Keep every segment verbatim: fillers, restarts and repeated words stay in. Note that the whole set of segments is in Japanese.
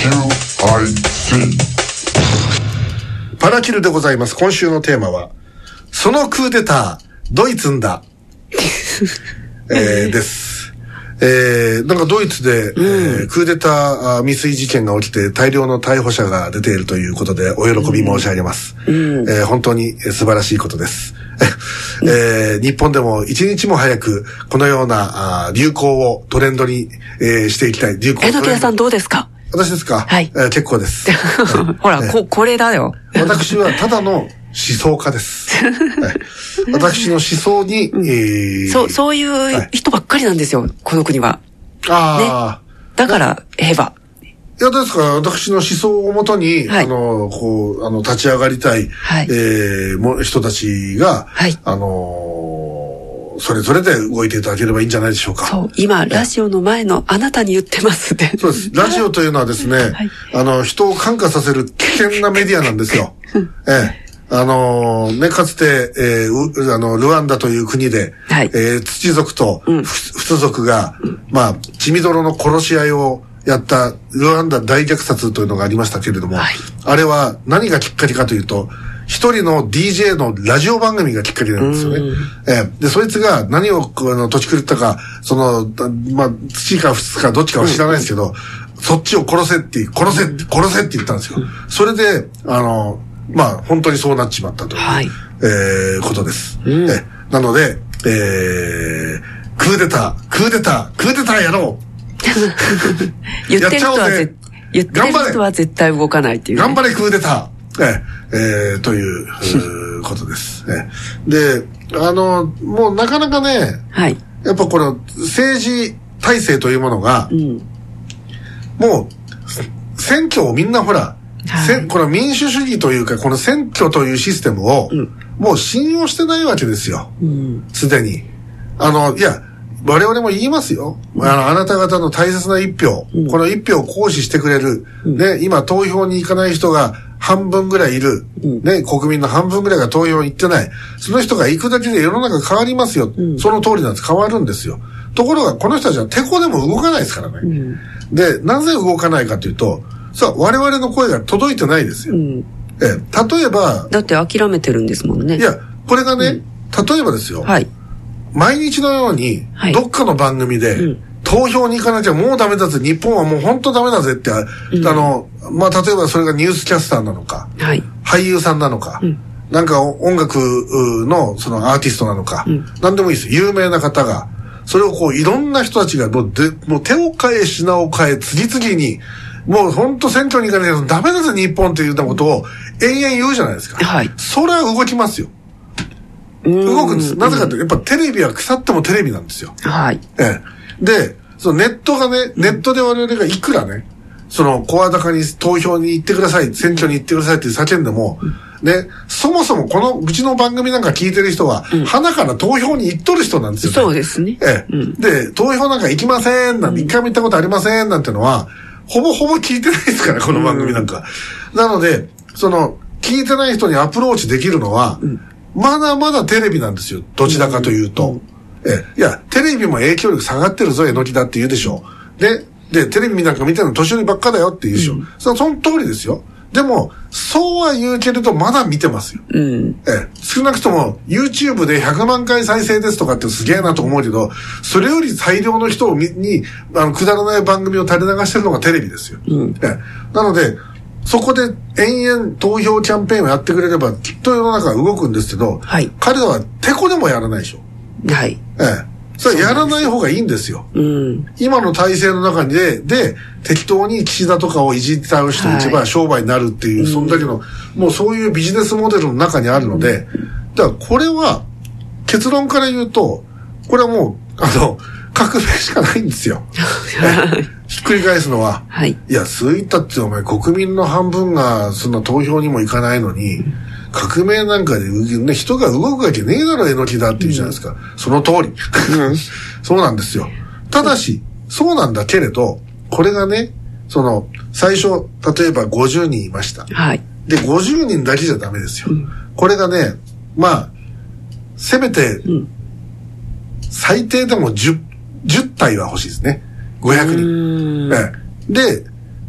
アイシー パラキルでございます。今週のテーマはそのクーデタードイツんだ、えー、です。えー、なんかドイツで、うんえー、クーデター未遂事件が起きて大量の逮捕者が出ているということでお喜び申し上げます、うんえー、本当に素晴らしいことです、えー、日本でも一日も早くこのようなあ流行をトレンドに、えー、していきたい。流行。 えのきやさんどうですか？ 私ですか？はい、えー、結構ですほら、えー、ここれだよ。 私はただの思想家です、はい、私の思想に、うんえー、 そうそういう人ばっかりなんですよ、はい、この国は。 ああ、 ね、だから平和。 いやですから私の思想をもとに、はい、あのこうあの立ち上がりたい、はいえー、も人たちが、はい、あのそれぞれで動いていただければいいんじゃないでしょうか。 そう今ラジオの前のあなたに言ってますね。 そうです。ラジオというのはですね、はい、あの人を感化させる危険なメディアなんですよ。ええあのー、ね、かつて、えー、あの、ルワンダという国で、はいえー、土族とフツ族が、うん、まあ、血みどろの殺し合いをやったルワンダ大虐殺というのがありましたけれども、はい、あれは何がきっかけかというと、一人の ディージェー のラジオ番組がきっかけなんですよね。えー、で、そいつが何をあの土地狂ったか、その、まあ、土かフツかどっちかは知らないですけど、うん、そっちを殺せって、殺せって、殺せって言ったんですよ。うん、それで、あの、まあ本当にそうなっちまったという、はいえー、ことです、うん、えなので、えー、クーデタークーデタークーデターやろう言ってる人はぜ言ってる人は絶対動かないっていう、ね、 頑張れクーデター、ええー、ということです、えであのもうなかなかね、はい、やっぱこの政治体制というものが、うん、もう選挙をみんなほらはい、この民主主義というかこの選挙というシステムをもう信用してないわけですよ、すで、うん、にあのいや我々も言いますよ、うん、あのあなた方の大切な一票、うん、この一票を行使してくれる、うん、ね、今投票に行かない人が半分ぐらいいる、うん、ね、国民の半分ぐらいが投票に行ってない、その人が行くだけで世の中変わりますよ、うん、その通りなんです。変わるんですよ。ところがこの人たちはてこでも動かないですからね、うん、でなぜ動かないかというとさあ我々の声が届いてないですよ、うん、え例えばだって諦めてるんですもんね。 いやこれがね、うん、例えばですよ、はい、毎日のようにどっかの番組で、はいうん、投票に行かなきゃもうダメだぜ、日本はもう本当ダメだぜって、うん、あのまあ例えばそれがニュースキャスターなのか、はい、俳優さんなのか、うん、なんか音楽のそのアーティストなのか、うん、何でもいいです。有名な方がそれをこういろんな人たちがもうでもう手を変え品を変え次々にもう本当選挙に行かないとダメだぜ日本っていうようなことを延々言うじゃないですか、はい、それは動きますよ。動くんです。なぜかというとやっぱテレビは腐ってもテレビなんですよ、はいええ、でそのネットがねネットで我々がいくらねその声高に投票に行ってください選挙に行ってくださいって叫んでも、うんね、そもそもこのうちの番組なんか聞いてる人は、うん、鼻から投票に行っとる人なんですよね。 そうですね、 ええうん、で投票なんか行きませんなんて、うん、一回も行ったことありませんなんてのはほぼほぼ聞いてないですからこの番組なんか、うん、なのでその聞いてない人にアプローチできるのは、うん、まだまだテレビなんですよどちらかというと、うん、えいやテレビも影響力下がってるぞえのきだって言うでしょででテレビなんか見てるの年寄りばっかだよって言うでしょ、うん、そ, その通りですよ。でもそうは言うけれどまだ見てますよ、うんえ少なくとも YouTube でひゃくまんかい再生ですとかってすげえなと思うけどそれより大量の人をにあのくだらない番組を垂れ流してるのがテレビですよ、うんえなのでそこで延々投票キャンペーンをやってくれればきっと世の中は動くんですけど、はい、彼らはてこでもやらないでしょ。はい。ええ。それやらない方がいいんですよ。うん、今の体制の中で、で、適当に岸田とかをいじって倒しておけば商売になるっていう、はい、そんだけの、もうそういうビジネスモデルの中にあるので、だからこれは、結論から言うと、これはもう、あの、革命しかないんですよ。ひっくり返すのは、はい、いや、そういったってお前国民の半分がそんな投票にも行かないのに、うん革命なんかで、ね、人が動くわけねえだろえのきだって言うじゃないですか、うん、その通り、うん、そうなんですよ。ただしそうなんだけれどこれがねその最初例えばごじゅうにんいました、はい、でごじゅうにんだけじゃダメですよ、うん、これがねまあせめて、うん、最低でも 10, じゅう体は欲しいですねごひゃくにん、ええ、で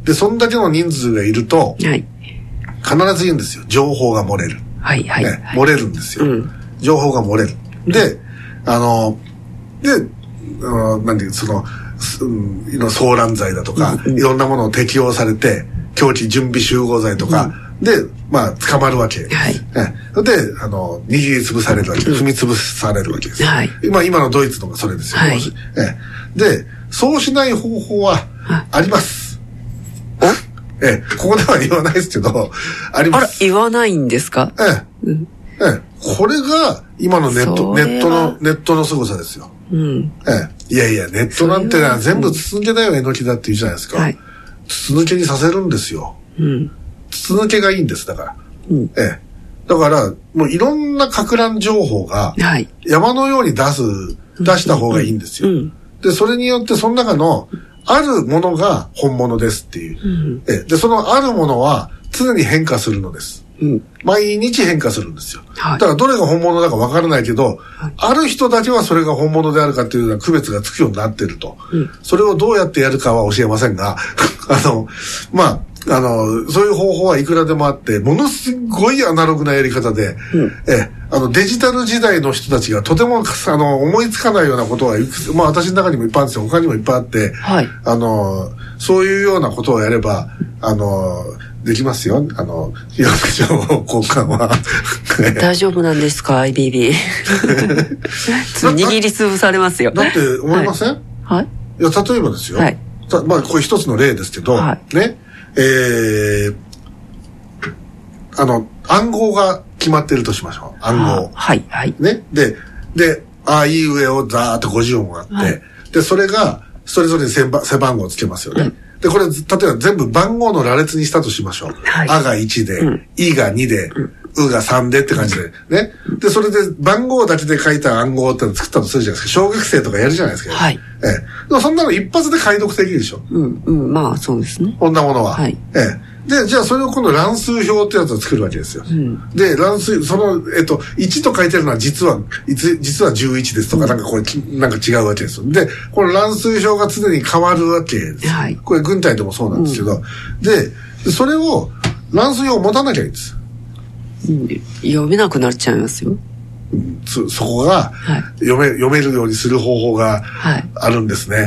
で、そんだけの人数がいると、はい、必ず言うんですよ。情報が漏れる。 はいはい、 ね、漏れるんですよ、うん。情報が漏れる。で、あの、で、あのなんていう、その、うん、騒乱罪だとか、うんうん、いろんなものを適用されて、凶器準備集合罪とか、うん、で、まあ、捕まるわけです。はい、ね、で、あの、握りつぶされるわけです。踏みつぶされるわけです。はい、今、今のドイツのがそれですよ。はい、ね、で、そうしない方法はあります。 おええ、ここでは言わないですけど、あります。 あら、言わないんですか？ ええ。うん、ええ、これが、今のネット、ネットの、ネットの凄さですよ。うん。ええ。いやいや、ネットなんてのは全部筒抜けだよ、えのきだって言うじゃないですか。はい。筒抜けにさせるんですよ。うん。筒抜けがいいんです、だから。うん。ええ。だから、もういろんなか乱情報が、はい。山のように出す、出した方がいいんですよ。うん。で、それによってその中の、あるものが本物ですっていう。うん、えで、そのあるものは常に変化するのです。うん、毎日変化するんですよ。はい、だからどれが本物だかわからないけど、はい、ある人だけはそれが本物であるかっていうような区別がつくようになってると。うん、それをどうやってやるかは教えませんが、あの、まあ、あの、そういう方法はいくらでもあって、ものすごいアナログなやり方で、うん、え、あの、デジタル時代の人たちがとても、あの、思いつかないようなことがいくつ、まあ私の中にもいっぱいあるんですよ。他にもいっぱいあって、はい、あの、そういうようなことをやれば、あの、できますよ。あの、被爆情報交換は。 大丈夫なんですか アイビービー。握りつぶされますよ。 だって思いません？ はい。はい、 いや、例えばですよ。はい。まあ、これ一つの例ですけど、はい、ね。えー、あの、暗号が決まってるとしましょう。暗号。 はい、はい。 ね。で、で、あいうえをザーっとごじゅう音あって、はい、で、それが、それぞれに背番号をつけますよね。うん、で、これ、例えば全部番号の羅列にしたとしましょう。はい、あがいちで、うん、いがにで、うん、うがさんでって感じで、ね。で、それで番号だけで書いた暗号ってのを作ったとするじゃないですか。小学生とかやるじゃないですか。はい。ええ。でもそんなの一発で解読できるでしょ。 うん、うん、まあそうですね。 こんなものは。はい。ええ。で、じゃあそれを今度乱数表ってやつを作るわけですよ。うん、で、乱数、その、えっと、いちと書いてるのは実は、いつ、実はじゅういちですとか、うん、なんかこれ、なんか違うわけですよ。で、この乱数表が常に変わるわけです。はい。これ軍隊でもそうなんですけど、うん、で、それを、乱数表を持たなきゃいいんです。 うん、読めなくなっちゃいますよ。 うん、そ、そこが、はい、読め、読めるようにする方法があるんですね。はい、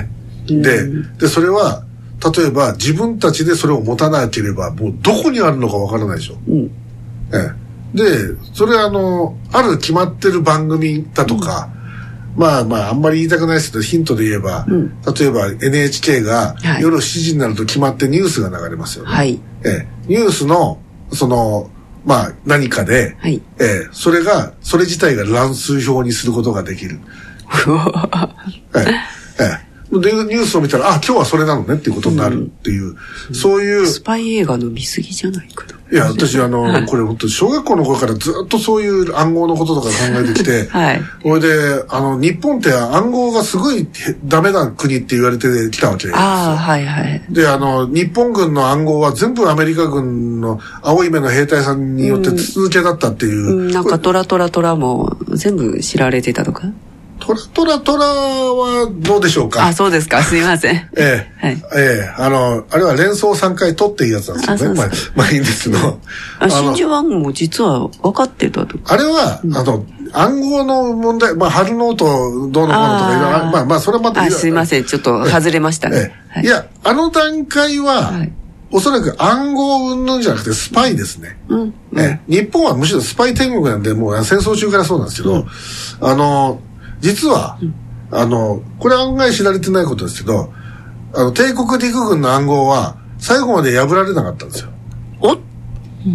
で、うん、で、それは、例えば自分たちでそれを持たなければもうどこにあるのかわからないでしょ。うん、ええ、で、それあの、ある決まってる番組だとか、うん、まあまああんまり言いたくないですけどヒントで言えば、うん、例えば エヌエイチケー が夜しちじになると決まってニュースが流れますよね。はい、ええ、ニュースのその、まあ何かで、はい、ええ、それが、それ自体が乱数表にすることができる。ええ、ええ。で、ニュースを見たら、あ、今日はそれなのねっていうことになるっていう、うん、そういう。 スパイ映画の見過ぎじゃないかな。 いや、私、あの、これ本当小学校の頃からずっとそういう暗号のこととか考えてきて、はい。それで、あの、日本って暗号がすごいダメな国って言われてきたわけですよ。 ああ、はいはい。 で、あの、日本軍の暗号は全部アメリカ軍の青い目の兵隊さんによって筒抜けだったっていう。 うん、なんかトラトラトラも全部知られてたとかトラトラトラはどうでしょうか。 あ、そうですか。すいません。 ええ、はい、ええ、あの、あれは連想さんかい取っていいやつなんですよね。まあ、まあいいんですけど。 あ、真珠湾も実は分かってたとか。 あれは、うん、あの、暗号の問題、まあ、春ノートどうのこうのとかいろいろ、まあまあ、それはまたあ、すいません。ちょっと外れましたね。 ええはい、いや、あの段階は、はい、おそらく暗号云々じゃなくてスパイですね。うんうんええ、日本はむしろスパイ天国なんで、もう戦争中からそうなんですけど、うん、あの、実は、うんあの、これ案外知られてないことですけど、あの、帝国陸軍の暗号は、最後まで破られなかったんですよ。 お、うん、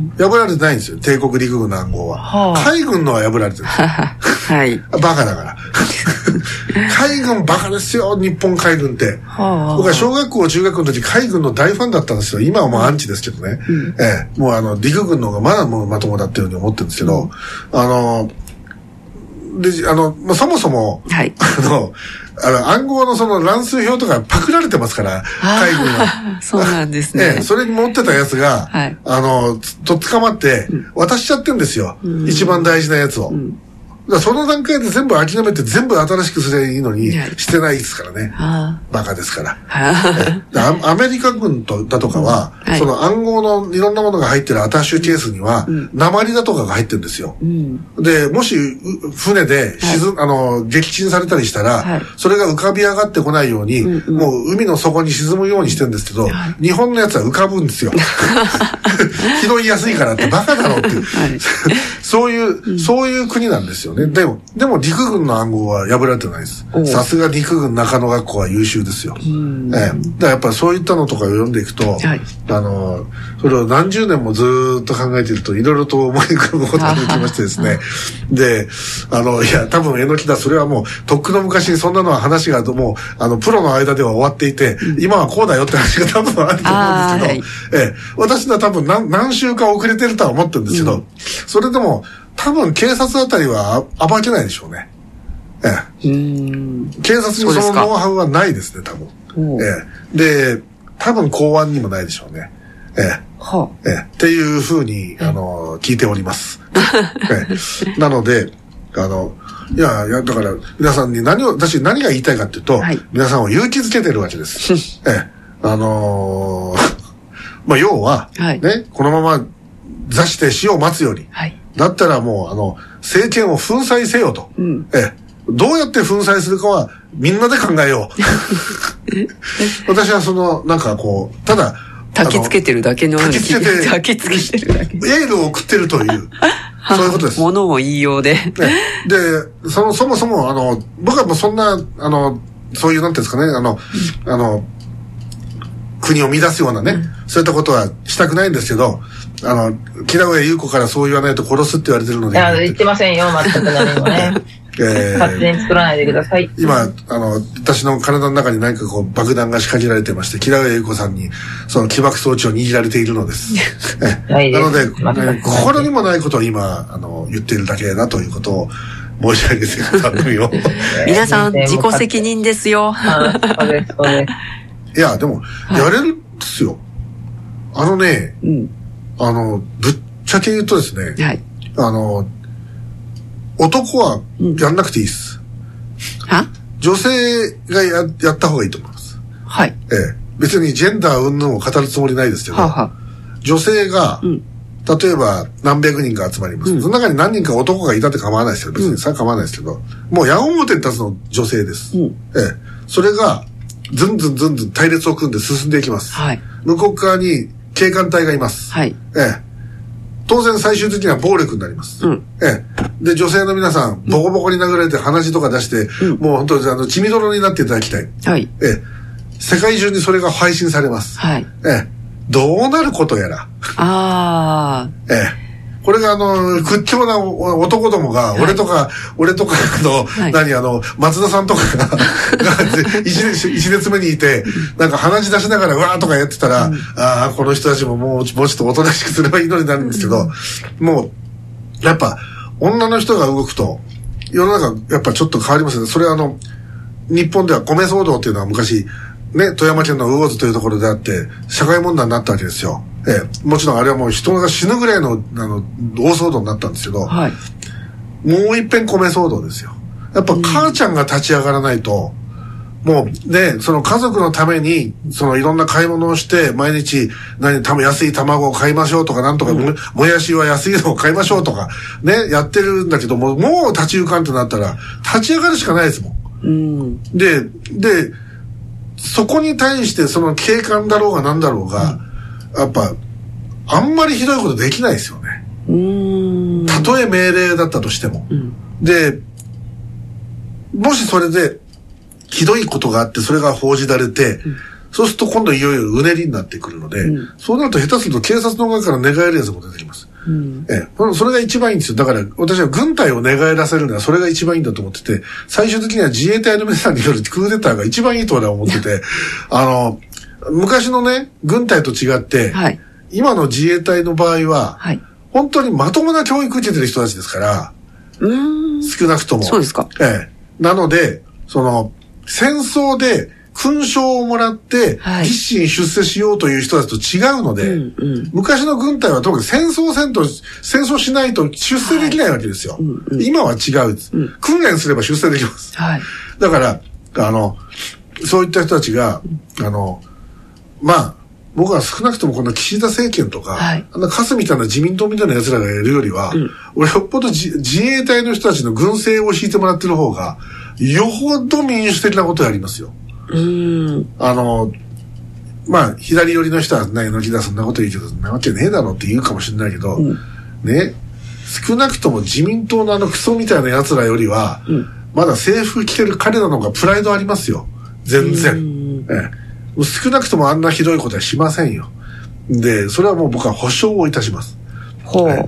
破られてないんですよ、帝国陸軍の暗号は。はあ、海軍のは破られてるんですよ。はい。バカだから。海軍バカですよ、日本海軍って。はあ、僕は小学校、中学校の時、海軍の大ファンだったんですよ。今はもうアンチですけどね。うん、ええ、もうあの、陸軍の方がまだもうまともだっていうふうに思ってるんですけど、うん、あの、で、あの、まあ、そもそも、はい、あの、あの、暗号のその乱数表とかパクられてますから、海軍は。 そうなんですね。 ね、それに持ってたやつが、はい、あの、と、捕まって、渡しちゃってんですよ。うん、一番大事なやつを。うん、 だからその段階で全部諦めて全部新しくすればいいのに、 はいしてないですからね。 あバカですから。 あ。 でアアメリカ軍とだとかは、 はいその暗号のいろんなものが入ってるアタッシュケースには、 うん鉛だとかが入ってるんですよ。 うん。 で、もし、う船で沈、あの、撃沈されたりしたら、 はいそれが浮かび上がってこないように、 うんうんもう海の底に沈むようにしてるんですけど、 はい日本のやつは浮かぶんですよ。拾いやすいからってバカだろっていう。 はいそういう、そういう国なんですよね。でも、でも陸軍の暗号は破られてないですお。うさすが陸軍中野学校は優秀ですよ。 んええ、だからやっぱりそういったのとかを読んでいくと、 はいあの、それを何十年もずーっと考えていると、いろいろと思い浮かぶことができましてですね。で、あの、いや、多分、えのきだ、それはもう、とっくの昔にそんなのは話が、もう、あの、プロの間では終わっていて、今はこうだよって話が多分あると思うんですけど、ええ、私は多分何、何週間遅れてるとは思ってるんですけど、 うん、 それでも、多分、警察あたりはあ暴けないでしょうね。ええ。 うん。 警察にそのノウハウはないですね、多分。ええ。で、多分公安にもないでしょうね。ええ。 はええ。っていうふうに、あの、聞いております。ええ。なので、あの、いや、いや、だから、皆さんに何を、私何が言いたいかっていうと、 はい皆さんを勇気づけてるわけです。ええ。あのーまあ、要は、 はいね、このまま座して死を待つより、 はい。 だったらもう、あの、政権を粉砕せよと。 うん。 ええ。どうやって粉砕するかはみんなで考えよう。私はその、なんかこう、ただ、 焚きつけてるだけのように焚きつけて焚きつけてるだけ。 エールを送ってるという、そういうことです。 物も言いようで。 ね、で、その、そもそも、あの、僕はもうそんな、あの、そういう、なんていうんですかね、あの、あの、国を乱すようなね、そういったことはしたくないんですけど、あの、木田上優子からそう言わないと殺すって言われてるので。 いや、言ってませんよ、全く何もね。 えー、 勝手に作らないでください。 今、あの、私の体の中に何かこう爆弾が仕掛けられてまして、木田上優子さんにその起爆装置を握られているのです。えはいなので、 またえ心にもないことを今、あの、言っているだけだということを申し上げている番組を。 皆さん、自己責任ですよ。 あそうです、そうでいや、でも、やれるんですよ。あのね、 うん。 あの、ぶっちゃけ言うとですね、 はい。 あの、男はやんなくていいです。 は女性がややった方がいいと思います。 はい。 ええ。別にジェンダー云々を語るつもりないですけど、 はは。 女性が、 うん。 例えば何百人か集まります。 うんその中に何人か男がいたって構わないですよ。別に、それは構わないですけど、もう矢面に立つの女性です。 うん。 ええ。それが、ずんずんずんずん隊列を組んで進んでいきます。 はい。 向こう側に警官隊がいます。 はい。 ええ。当然最終的には暴力になります。 うん。 ええ。で、女性の皆さん、ボコボコに殴られて鼻血とか出して、 うんもう本当にあの、血みどろになっていただきたい。 はい。 ええ。世界中にそれが配信されます。 はい。 ええ。どうなることやら。 あええ。これがあの、屈強なお男どもが、 はい俺とか、俺とかの、 はい何あの、松田さんとかが、が一列一列目にいて、なんか鼻血出しながら、うわーとかやってたら、ああ、この人たちももう、もうちょっとおとなしくすればいいのになるんですけど、もう、やっぱ、女の人が動くと、世の中、やっぱちょっと変わりますよね。それはあの、日本では米騒動っていうのは昔、ね、富山県の魚津というところであって、社会問題になったわけですよ。ええ、もちろんあれはもう人が死ぬぐらいの、あの、大騒動になったんですけど、 あ。はい。 もう一遍米騒動ですよ。やっぱ母ちゃんが立ち上がらないと、もうね、その家族のために、そのいろんな買い物をして、毎日、何、た安い卵を買いましょうとか、なんとか、も、もやしは安いのを買いましょうとか、ね、やってるんだけども、もう立ち行かんとなったら、立ち上がるしかないですもん。 うん。 で、で、そこに対してその警官だろうがなんだろうが、やっぱ、あんまりひどいことできないですよね。 うーん。 たとえ命令だったとしても。 うん。 で、もしそれで、ひどいことがあって、それが報じられて、 んそうすると今度いよいようねりになってくるので、 うんそうなると下手すると警察の側から寝返るやつも出てきます。 うん。 ええ、それが一番いいんですよ。だから私は軍隊を寝返らせるのはそれが一番いいんだと思ってて、最終的には自衛隊の皆さんによるクーデターが一番いいと俺は思ってて、あの、昔のね、軍隊と違って、 はい。 今の自衛隊の場合は、 はい。 本当にまともな教育受けてる人たちですから、 うーん。 少なくとも。 そうですか。 ええ。なので、その、戦争で勲章をもらって、 はい、 立身出世しようという人たちと違うので、 うんうん、 昔の軍隊は特に戦争せんと、戦争しないと出世できないわけですよ。はいうんうん、今は違うです、うん。訓練すれば出世できます。はい、だから、あの、そういった人たちが、あの、まあ、僕は少なくともこの岸田政権とか、はい、あんなカスみたいな自民党みたいな奴らがやるよりは、うん、俺よっぽど自衛隊の人たちの軍政を敷いてもらってる方が、よほど民主的なことをやりますよ。うーんあの、まあ、左寄りの人は、ね、のきだそんなこと言うけど、そんなわけねえだろって言うかもしれないけど、うん、ね、少なくとも自民党のあのクソみたいな奴らよりは、うん、まだ制服着てる彼らの方がプライドありますよ。全然。ええ少なくともあんなひどいことはしませんよ。で、それはもう僕は保証をいたします。 ほう。 え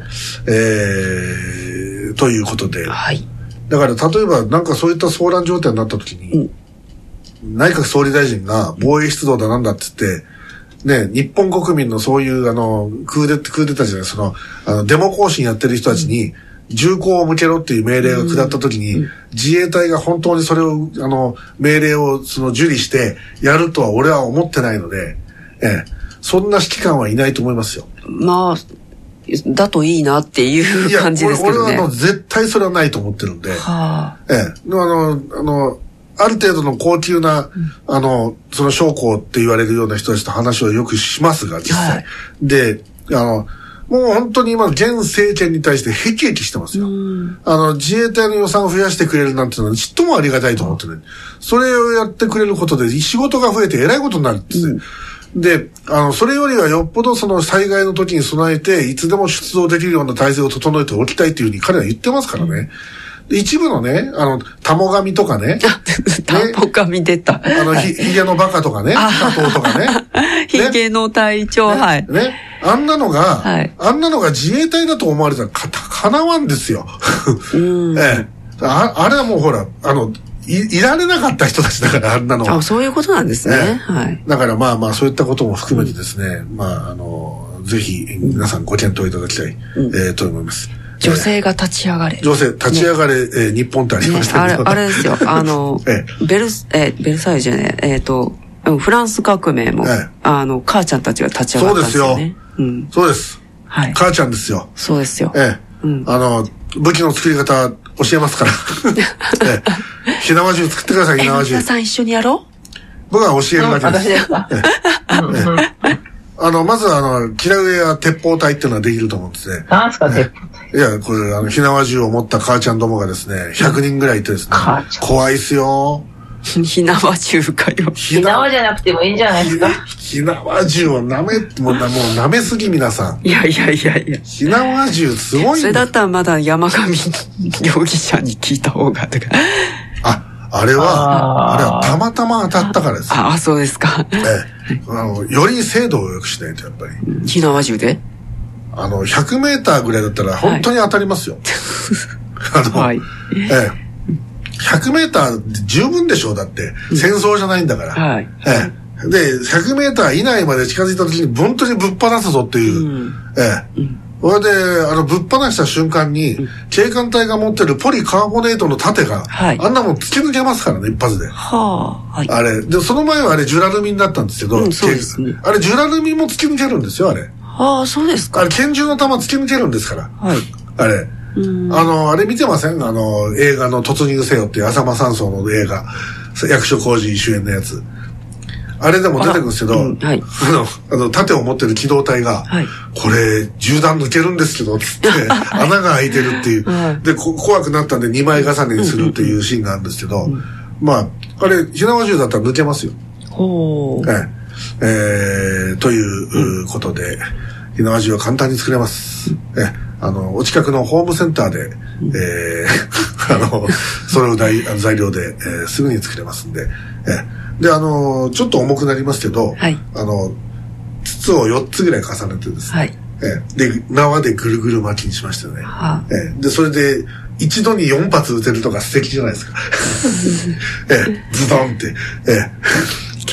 ー、ということで。 はい。 だから例えばなんかそういった騒乱状態になった時に、うん、内閣総理大臣が防衛出動だなんだって言って、ね、日本国民のそういうあの、クーデ、クーデターじゃない、その、あの、デモ行進やってる人たちに、うん銃口を向けろっていう命令が下った時に、うん、自衛隊が本当にそれを、あの、命令をその受理してやるとは俺は思ってないので、ええ、そんな指揮官はいないと思いますよ。 まあ、だといいなっていう感じですけどね。いや、 俺はあの、絶対それはないと思ってるんで、はあ、ええ、あの、あの、ある程度の高級な、うん、あの、その将校って言われるような人たちと話をよくしますが、実際。はい、で、あの、もう本当に今現政権に対してへきへきしてますよ。あの自衛隊の予算を増やしてくれるなんていうのはちっともありがたいと思ってる。それをやってくれることで仕事が増えてえらいことになるんです、うん、で、あのそれよりはよっぽどその災害の時に備えていつでも出動できるような体制を整えておきたいというふうに彼は言ってますからね。で一部のね、あの、タモ神とかね。 タモ神出た。 あの、ひ、ひげのバカとかね。加藤とかね。 ひげの隊長、ね、はい。 ね。あんなのが、はい、あんなのが自衛隊だと思われたらか、かなわんですよ。うんええあ。あれはもうほら、あの、い、いられなかった人たちだから、あんなの。 あ、そういうことなんですね。ねはい。 だからまあまあ、そういったことも含めてですね、うん、まあ、あの、ぜひ、皆さんご検討いただきたい、うん、えー、と思います。 女性が立ち上がれ。 女性、立ち上がれ、ねえー、日本ってありましたけど、 ね、あれ、あれですよ。あの、ええ、ベルス、えー、ベルサイユじゃねえ、えっ、ー、と、フランス革命も、ええ、あの、母ちゃんたちが立ち上がったんですよね。 そうですよ。うん、そうです。はい。母ちゃんですよ。 そうですよ。 ええ。うん、あの、武器の作り方教えますから。ええ。火縄銃作ってください、火縄銃。 皆さん一緒にやろう？ 僕は教えるだけです。私ですか？ええ。ええあの、まずあの、キラウエや鉄砲隊っていうのはできると思うんですね。 何すか、鉄砲隊？いや、これ、あの、火縄銃を持った母ちゃんどもがですね、ひゃくにんぐらいいてですね、怖いっすよ。 火縄銃かよ。 火縄じゃなくてもいいんじゃないですか？ 火縄銃を舐め、もう、もう舐めすぎ皆さん。 いやいやいやいや。 火縄銃すごい。 それだったらまだ山上容疑者に聞いた方が、とか。 あ、あれは、あれはたまたま当たったからです。 ああ、そうですか。ええ。あの、より精度を良くしないと、やっぱり。 火縄銃であの、ひゃくメーターぐらいだったら本当に当たりますよ。はい、あの、はい、ええ。ひゃくメーター十分でしょうだって。戦争じゃないんだから。はい。ええ。で、ひゃくメーター以内まで近づいた時に本当にぶっ放すぞっていう。うん、ええ。うんそれで、あの、ぶっ放した瞬間に、警官隊が持ってるポリカーボネートの盾が、はい、あんなもん突き抜けますからね、一発で。はあ、はい。あれ、で、その前はあれ、ジュラルミンだったんですけど、うん、そうですね。あれ、ジュラルミンも突き抜けるんですよ、あれ。 はあ、そうですか。 あれ、拳銃の弾突き抜けるんですから。はい。あれ。あの、あれ見てません？あの、映画の突入せよっていう浅間山荘の映画。役所広司主演のやつ。あれでも出てくるんですけど、うんはい、あの、あの、盾を持ってる機動隊が、はい、これ、銃弾抜けるんですけど、つって、穴が開いてるっていう、はい、でこ、怖くなったんでにまい重ねにするっていうシーンがあるんですけど、うんうん、まあ、あれ、火縄銃だったら抜けますよ。ほう。えええー、ということで、火縄銃は簡単に作れます。うん、えあの、お近くのホームセンターで、うん、えー、あの、揃う材料で、えー、すぐに作れますんで、えーで、あのー、ちょっと重くなりますけど、はい、あの、筒をよっつぐらい重ねてですね、はい、えで、縄でぐるぐる巻きにしましたよね。はあ、えで、それで、一度によん発撃てるとか素敵じゃないですか。えズドンって。え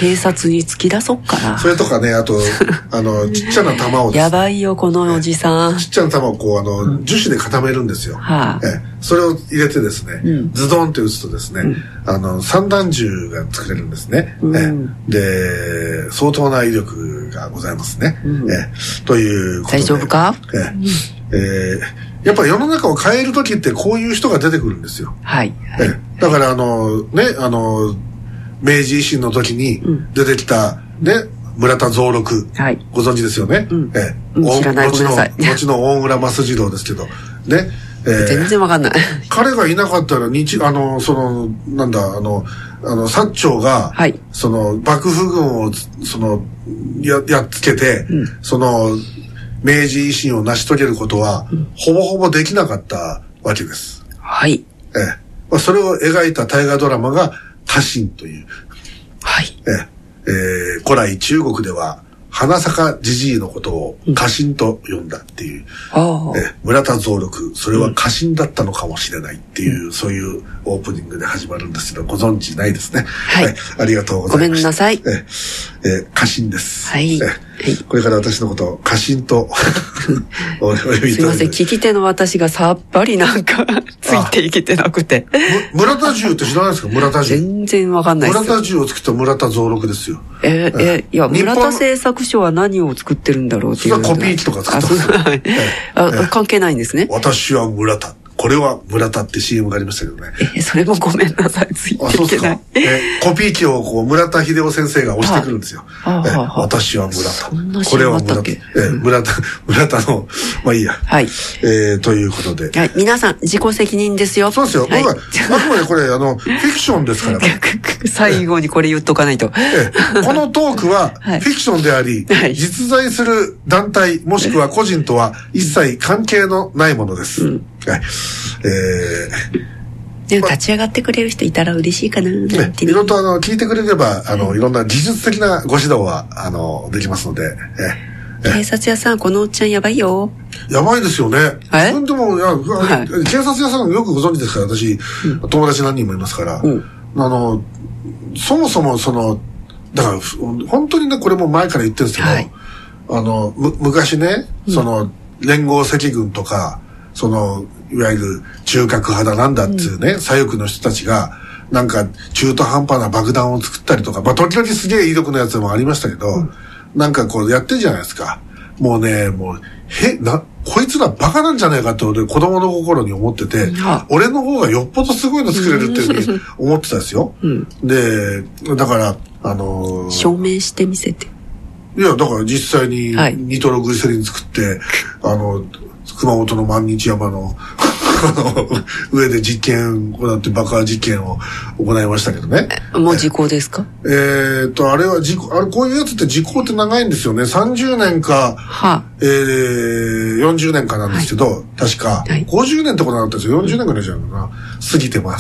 警察に突き出そっかな。 それとかね、あと、あの、ちっちゃな玉をですね。 やばいよ、このおじさん。 ちっちゃな玉をこう、あの、樹脂で固めるんですよ。 はあ、 えそれを入れてですね、うん、ズドンって打つとですね、うん、あの、散弾銃が作れるんですね。うん、えで、相当な威力がございますね。うん、えということで。 大丈夫か？ ええー、やっぱ世の中を変えるときってこういう人が出てくるんですよ。 はい。はい、 えだからあの、ね、あの、明治維新の時に出てきた、ね、村田蔵六、はい、ご存知ですよね。うん、えうん、知らない、ごめんなさい。 後の大村益次郎ですけど、ね。 えー、全然わかんない。 彼がいなかったら、日、あの、その、なんだ、あの、あの、薩長が、はい、その、幕府軍を、その、や、やっつけて、うん、その、明治維新を成し遂げることは、うん、ほぼほぼできなかったわけです。 はい。 ええ。まあ、それを描いた大河ドラマが、家臣という。 はい。 ええ、えー、古来中国では、花坂じじいのことを家臣と呼んだっていう、うん、え村田蔵六、それは家臣だったのかもしれないっていう、うん、そういうオープニングで始まるんですけど、ご存知ないですね。 はい。はい、 ありがとうございます。 ごめんなさい。 ええ家臣です。 はい。 えはい、これから私のことを家臣とお呼びいただいて。 すいません、聞き手の私がさっぱりなんかついていけてなくて。 村田銃って知らないですか？村田銃。 全然わかんないです。 村田銃を作った村田蔵六ですよ。 えー、えー、いや、村田製作所は何を作ってるんだろうっていう。 それはコピー機とか作ってますよ。 あ、えー、あ、関係ないんですね。 私は村田。これは村田って シーエム がありましたけどね。 えー、それもごめんなさい。ついていけない。 えー、コピー機をこう村田秀夫先生が押してくるんですよ。はあはあはあ、私は村田。これは村田。えー、村田、村田の、まあいいや。 はい。 えー、ということで。 はい。皆さん、自己責任ですよ。 そうですよ。僕は、あくまでこれ、あの、フィクションですから。 最後にこれ言っとかないと。 えー、このトークは、フィクションであり、はい、実在する団体、もしくは個人とは一切関係のないものです。うん、はい。えー、でも立ち上がってくれる人いたら嬉しいかな、ね、 ね、いろいろとあの聞いてくれればあのいろんな技術的なご指導はあのできますので、 えー、警察屋さんこのおっちゃんやばいよ。 やばいですよね。 えでもいや、はい、警察屋さんよくご存知ですから私、うん、友達何人もいますから、うん、あのそもそもそのだから本当にねこれも前から言ってるんですけど、はい、あのむ昔ね、うん、その連合赤軍とかそのいわゆる中核派だなんだっつうね、うん、左翼の人たちがなんか中途半端な爆弾を作ったりとか、まあ時々すげえ威力のやつもありましたけど、うん、なんかこうやってるじゃないですか。もうね、もうへなこいつらバカなんじゃないかって俺子供の心に思ってて、うん、俺の方がよっぽどすごいの作れるっていうふうに思ってたんですよ。うん、でだからあのー、 証明してみせて。 いやだから実際にニトログリセリン作って、はい、あの熊本の万日山の上で実験を行って爆破実験を行いましたけどね。 もう時効ですか？ えー、っとあれは時効、あれこういうやつって時効って長いんですよね。さんじゅうねんか、はえー、よんじゅうねんかなんですけど、はい、確か、はい、ごじゅうねんってことなかったですよ。よんじゅうねんぐらいじゃないかな。過ぎてます。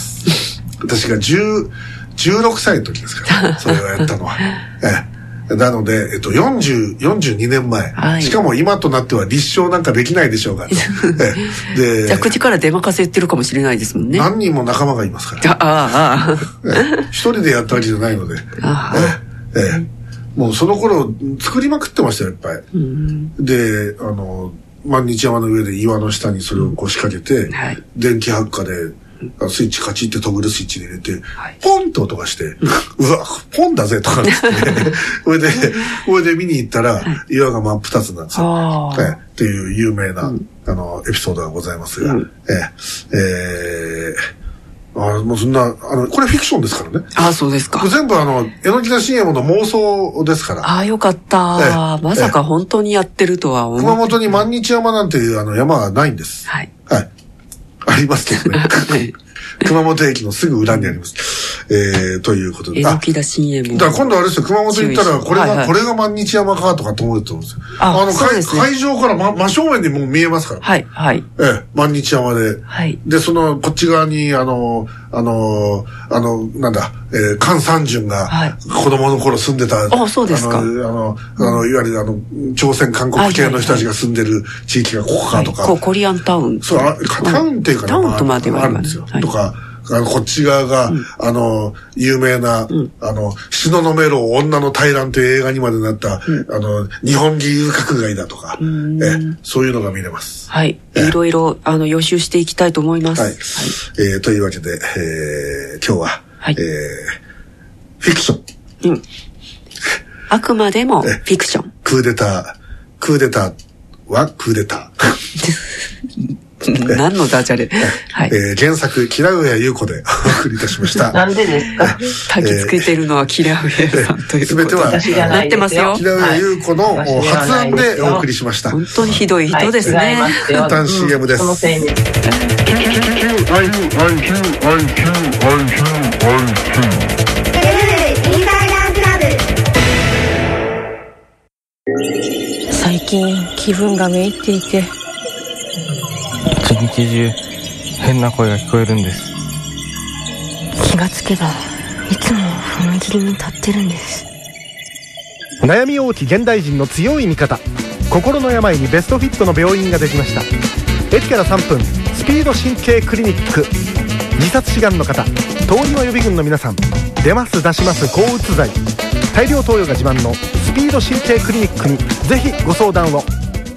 私がじゅう、じゅうろくさいの時ですから、それをやったのは。ええなので、えっと、よんじゅう、よんじゅうにねんまえ。はい、しかも今となっては立証なんかできないでしょうが。 で、じゃあ口から出まかせ言ってるかもしれないですもんね。 何人も仲間がいますから。 ああ、ああ。 一人でやったわけじゃないので。ああええもうその頃作りまくってましたよ、いっぱい。うん、で、あの、万日山の上で岩の下にそれをこう仕掛けて、うんはい、電気発火で、スイッチカチってトグルスイッチに入れて、はい、ポンって音がして、うわ、ポンだぜとかって、それで、それで見に行ったら、岩が真っ二つなんですよ。はい、っていう有名な、うん、あの、エピソードがございますが、うん、ええー、あもうそんな、あの、これフィクションですからね。 ああ、そうですか。 全部あの、榎田信也の妄想ですから。 ああ、よかった。まさか本当にやってるとは思う。 熊本に万日山なんていうあの山はないんです。はい。はい。ありますけどね。熊本駅のすぐ裏にあります。えー、ということで。 榎田信也も。 だから今度あれですよ、熊本行ったら、これが、はいはい、これが万日山かとかって思うと思うんですよ。あ、あの、そうですね、会場から真、真正面にもう見えますから。 はい、はい。 ええ、万日山で。はい。で、その、こっち側に、あの、あの、あの、なんだ、えー、菅三淳が、子供の頃住んでた、はい、 あ、そうですか。 あの、あの、あのいわゆるあの、朝鮮韓国系の人たちが住んでる地域がここかとか。 はい、コリアンタウン。 そう、タウンっていうかタウンとまではあるんですよ。はい、とか、 あのこっち側が、うん、あの有名な、うん、あの東雲楼女の大乱という映画にまでなった、うん、あの日本義勇閣外だとか、えそういうのが見れます。 はい、いろいろあの予習していきたいと思います。 はいはいえー、というわけで、えー、今日は、はいえー、フィクション、うん、 あくまでもフィクション。 クーデタークーデターはクーデター何のダジャレ、 はいえー、原作キラウエア優子でお送りいたしましたなんでですか焚きつけてるのはキラウエアさんということで、えー、全てはなってますよ。 キラウエア優子の発案でお送りしました。 本当にひどい人ですね、はい、 一旦 シーエム です、うん、そのせいです最近気分がめいっていて一日中変な声が聞こえるんです。 気がつけばいつも踏切に立ってるんです。 悩み多き現代人の強い味方、心の病にベストフィットの病院ができました。駅からさんぷんスピード神経クリニック。自殺志願の方、通り魔予備軍の皆さん、出ます出します抗うつ剤、大量投与が自慢のスピード神経クリニックにぜひご相談を。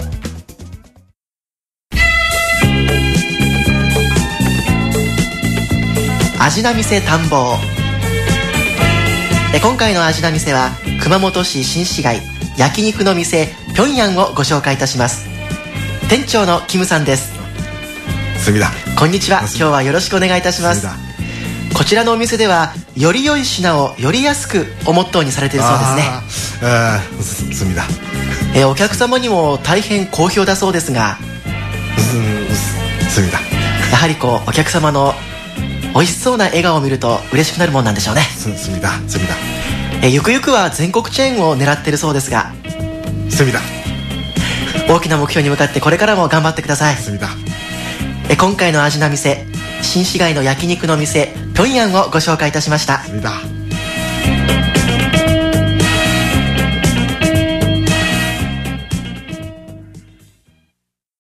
味な店探訪。え今回の味な店は熊本市新市街焼肉の店ピョンヤンをご紹介いたします。店長のキムさんです。 すみだ。 こんにちは。今日はよろしくお願いいたします。こちらのお店ではより良い品をより安くをモットーにされているそうですね。 ああ、すみだ。 えお客様にも大変好評だそうですが、 すみだ。 やはりこうお客様の美味しそうな笑顔を見ると嬉しくなるもんなんでしょうね。 すみだすみだ。 えゆくゆくは全国チェーンを狙っているそうですが、 すみだ。 大きな目標に向かってこれからも頑張ってください。 すみだ。 え今回の味な店、新市街の焼肉の店ピョンヤンをご紹介いたしました。 すみだ。